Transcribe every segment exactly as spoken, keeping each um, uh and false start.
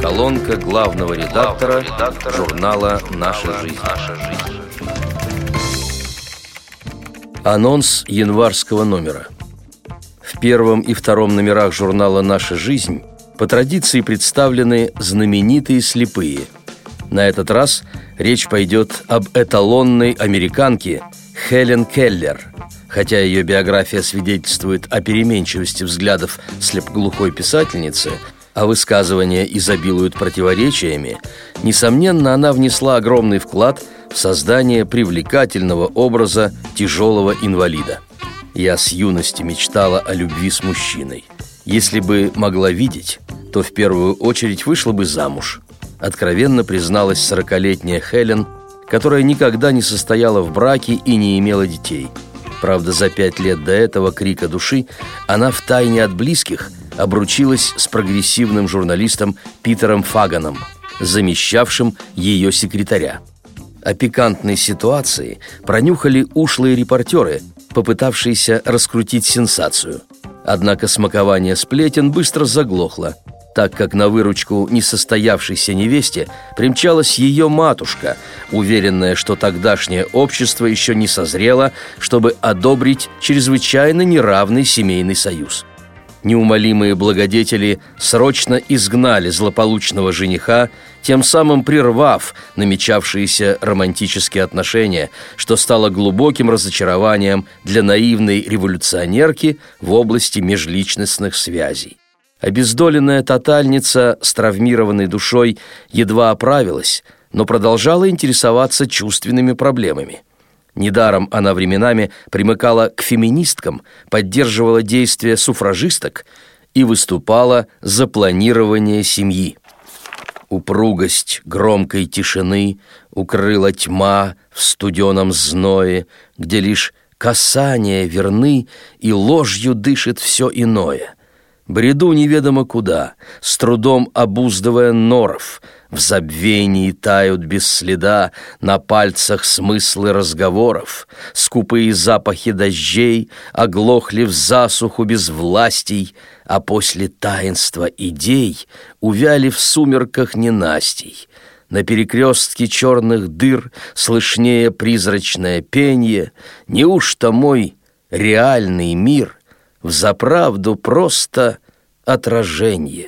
Колонка главного редактора, главного редактора журнала «Наша жизнь». «Наша жизнь». Анонс январского номера. В первом и втором номерах журнала «Наша жизнь» по традиции представлены знаменитые слепые. На этот раз речь пойдет об эталонной американке Хелен Келлер. Хотя ее биография свидетельствует о переменчивости взглядов слепоглухой писательницы, а высказывания изобилуют противоречиями, несомненно, она внесла огромный вклад в создание привлекательного образа тяжелого инвалида. «Я с юности мечтала о любви с мужчиной. Если бы могла видеть, то в первую очередь вышла бы замуж», откровенно призналась сорокалетняя Хелен, которая никогда не состояла в браке и не имела детей. Правда, за пять лет до этого крика души она втайне от близких обручилась с прогрессивным журналистом Питером Фаганом, замещавшим ее секретаря. О пикантной ситуации пронюхали ушлые репортеры, попытавшиеся раскрутить сенсацию. Однако смакование сплетен быстро заглохло, так как на выручку несостоявшейся невесте примчалась ее матушка, уверенная, что тогдашнее общество еще не созрело, чтобы одобрить чрезвычайно неравный семейный союз. Неумолимые благодетели срочно изгнали злополучного жениха, тем самым прервав намечавшиеся романтические отношения, что стало глубоким разочарованием для наивной революционерки в области межличностных связей. Обездоленная тотальница с травмированной душой едва оправилась, но продолжала интересоваться чувственными проблемами. Недаром она временами примыкала к феминисткам, поддерживала действия суфражисток и выступала за планирование семьи. Упругость громкой тишины укрыла тьма в студеном зное, где лишь касания верны и ложью дышит все иное. Бреду неведомо куда, с трудом обуздывая норов, в забвении тают без следа на пальцах смыслы разговоров, скупые запахи дождей оглохли в засуху без властей, а после таинства идей увяли в сумерках ненастий. На перекрестке черных дыр слышнее призрачное пенье. Неужто мой реальный мир взаправду просто отражение?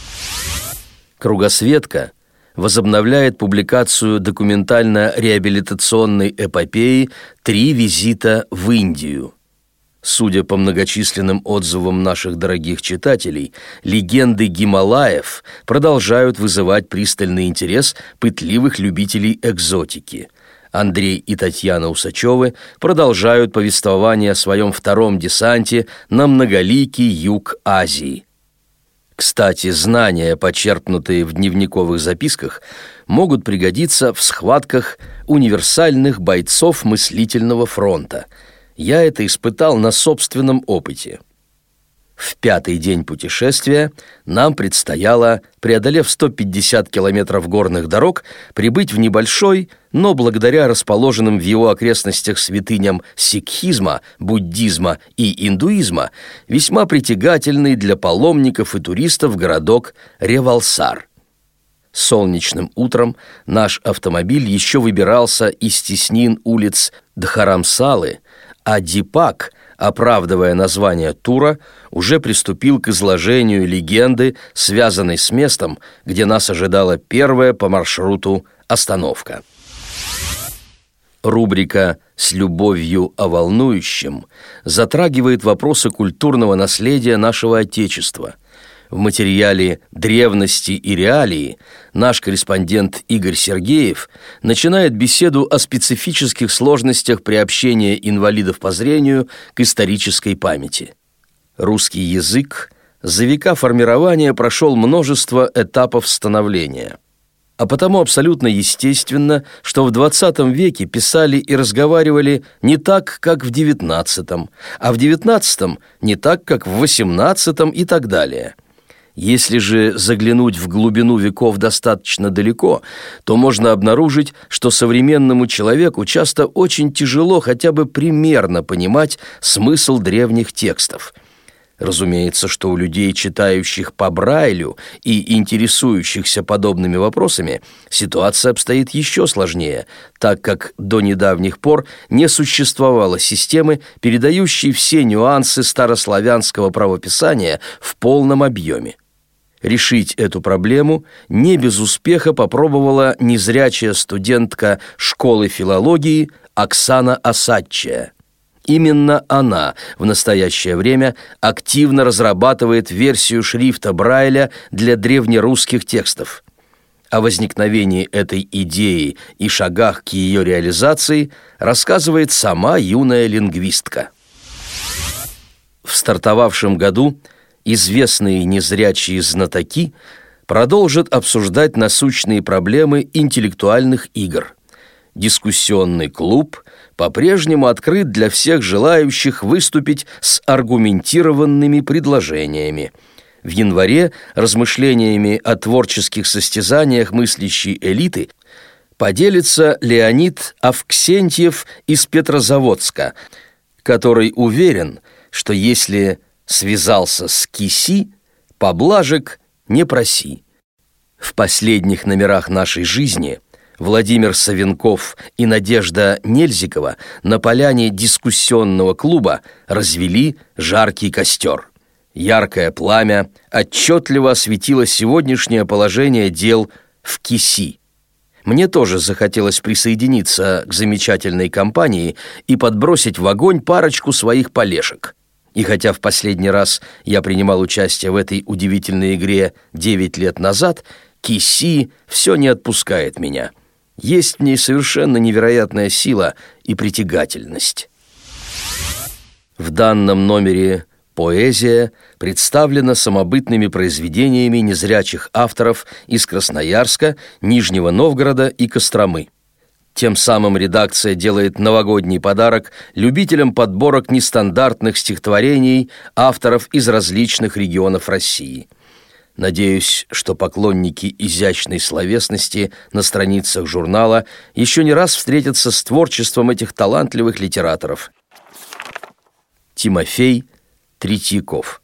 «Кругосветка» возобновляет публикацию документально-реабилитационной эпопеи «Три визита в Индию». Судя по многочисленным отзывам наших дорогих читателей, легенды Гималаев продолжают вызывать пристальный интерес пытливых любителей экзотики. Андрей и Татьяна Усачевы продолжают повествование о своем втором десанте на многоликий юг Азии. Кстати, знания, почерпнутые в дневниковых записках, могут пригодиться в схватках универсальных бойцов мыслительного фронта. Я это испытал на собственном опыте. В пятый день путешествия нам предстояло, преодолев сто пятьдесят километров горных дорог, прибыть в небольшой, но благодаря расположенным в его окрестностях святыням сикхизма, буддизма и индуизма весьма притягательный для паломников и туристов городок Ревалсар. Солнечным утром наш автомобиль еще выбирался из теснин улиц Дхарамсалы, а Дипак, оправдывая название тура, уже приступил к изложению легенды, связанной с местом, где нас ожидала первая по маршруту остановка. Рубрика «С любовью о волнующем» затрагивает вопросы культурного наследия нашего Отечества. В материале «Древности и реалии» наш корреспондент Игорь Сергеев начинает беседу о специфических сложностях приобщения инвалидов по зрению к исторической памяти. Русский язык за века формирования прошел множество этапов становления. А потому абсолютно естественно, что в двадцатом веке писали и разговаривали не так, как в девятнадцатом, а в девятнадцатом не так, как в восемнадцатом и так далее. Если же заглянуть в глубину веков достаточно далеко, то можно обнаружить, что современному человеку часто очень тяжело хотя бы примерно понимать смысл древних текстов. Разумеется, что у людей, читающих по Брайлю и интересующихся подобными вопросами, ситуация обстоит еще сложнее, так как до недавних пор не существовало системы, передающей все нюансы старославянского правописания в полном объеме. Решить эту проблему не без успеха попробовала незрячая студентка школы филологии Оксана Осадчая. Именно она в настоящее время активно разрабатывает версию шрифта Брайля для древнерусских текстов. О возникновении этой идеи и шагах к ее реализации рассказывает сама юная лингвистка. В стартовавшем году известные незрячие знатоки продолжат обсуждать насущные проблемы интеллектуальных игр. Дискуссионный клуб по-прежнему открыт для всех желающих выступить с аргументированными предложениями. В январе размышлениями о творческих состязаниях мыслящей элиты поделится Леонид Авксентьев из Петрозаводска, который уверен, что если связался с Киси, поблажек не проси. В последних номерах нашей жизни Владимир Савенков и Надежда Нельзикова на поляне дискуссионного клуба развели жаркий костер. Яркое пламя отчетливо осветило сегодняшнее положение дел в Киси. Мне тоже захотелось присоединиться к замечательной компании и подбросить в огонь парочку своих полешек. И хотя в последний раз я принимал участие в этой удивительной игре девять лет назад, Киси все не отпускает меня. Есть в ней совершенно невероятная сила и притягательность. В данном номере «Поэзия» представлена самобытными произведениями незрячих авторов из Красноярска, Нижнего Новгорода и Костромы. Тем самым редакция делает новогодний подарок любителям подборок нестандартных стихотворений авторов из различных регионов России. Надеюсь, что поклонники изящной словесности на страницах журнала еще не раз встретятся с творчеством этих талантливых литераторов. Тимофей Третьяков.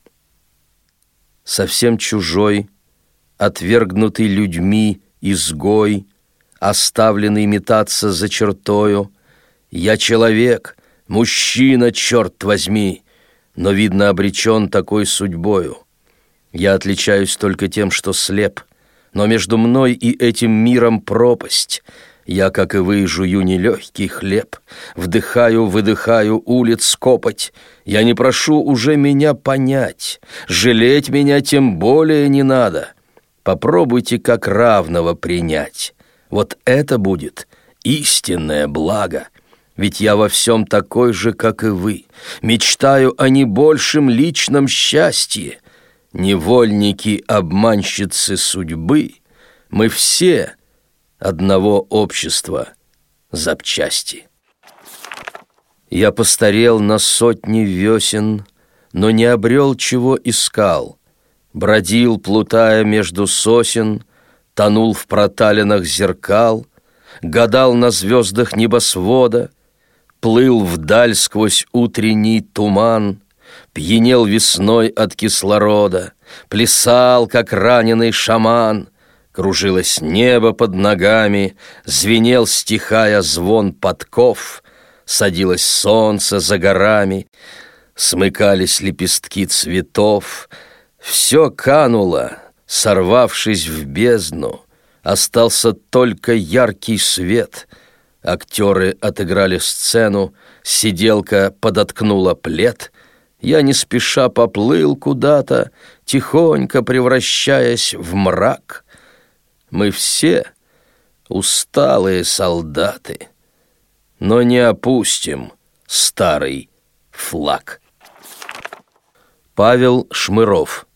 Совсем чужой, отвергнутый людьми изгой, оставленный метаться за чертою, я человек, мужчина, черт возьми, но, видно, обречен такой судьбою. Я отличаюсь только тем, что слеп, но между мной и этим миром пропасть. Я, как и вы, жую нелегкий хлеб, вдыхаю, выдыхаю улиц копоть. Я не прошу уже меня понять, жалеть меня тем более не надо. Попробуйте как равного принять. Вот это будет истинное благо. Ведь я во всем такой же, как и вы. Мечтаю о не большем личном счастье. Невольники, обманщицы судьбы, мы все одного общества запчасти. Я постарел на сотни весен, но не обрел, чего искал. Бродил, плутая между сосен, тонул в проталинах зеркал, гадал на звездах небосвода, плыл вдаль сквозь утренний туман, пьянел весной от кислорода, плясал, как раненый шаман. Кружилось небо под ногами, звенел, стихая, звон подков, садилось солнце за горами, смыкались лепестки цветов. Все кануло, сорвавшись в бездну, остался только яркий свет. Актеры отыграли сцену, сиделка подоткнула плед. Я не спеша поплыл куда-то, тихонько превращаясь в мрак. Мы все усталые солдаты, но не опустим старый флаг. Павел Шмыров.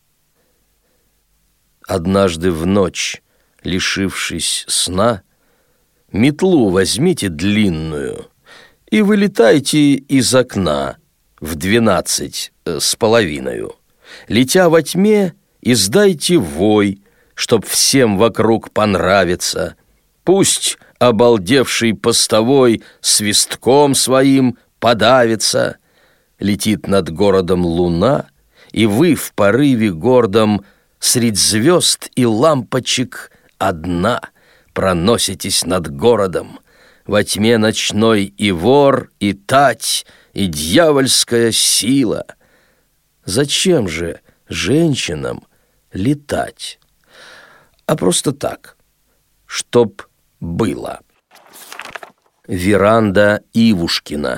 Однажды в ночь, лишившись сна, метлу возьмите длинную и вылетайте из окна в двенадцать с половиною. Летя во тьме, издайте вой, чтоб всем вокруг понравиться. Пусть обалдевший постовой свистком своим подавится. Летит над городом луна, и вы в порыве гордом средь звезд и лампочек одна проноситесь над городом. Во тьме ночной и вор, и тать, и дьявольская сила. Зачем же женщинам летать? А просто так, чтоб было. Веранда Ивушкина.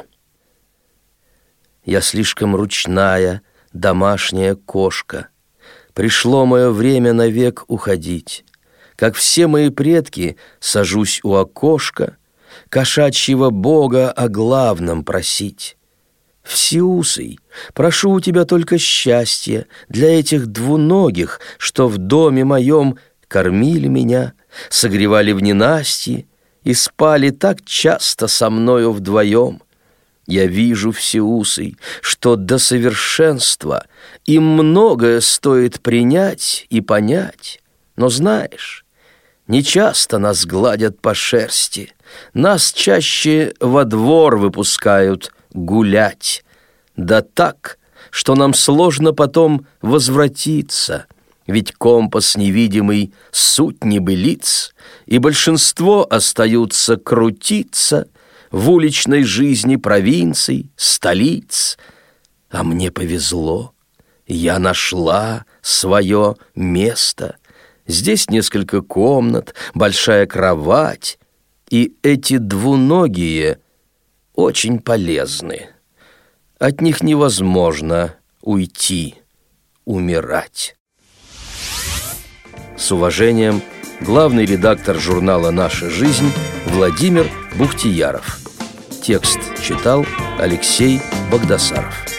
Я слишком ручная, домашняя кошка. Пришло мое время навек уходить. Как все мои предки, сажусь у окошка, кошачьего бога о главном просить. Всеусый, прошу у тебя только счастья для этих двуногих, что в доме моем кормили меня, согревали в ненастье и спали так часто со мною вдвоем. Я вижу, Всеусый, что до совершенства им многое стоит принять и понять. Но знаешь, нечасто нас гладят по шерсти, нас чаще во двор выпускают гулять. Да так, что нам сложно потом возвратиться, ведь компас невидимый — суть небылиц, и большинство остаются крутиться в уличной жизни провинций, столиц. А мне повезло, я нашла свое место. Здесь несколько комнат, большая кровать, и эти двуногие очень полезны. От них невозможно уйти, умирать. С уважением, главный редактор журнала «Наша жизнь» Владимир Бухтияров. Текст читал Алексей Богдасаров.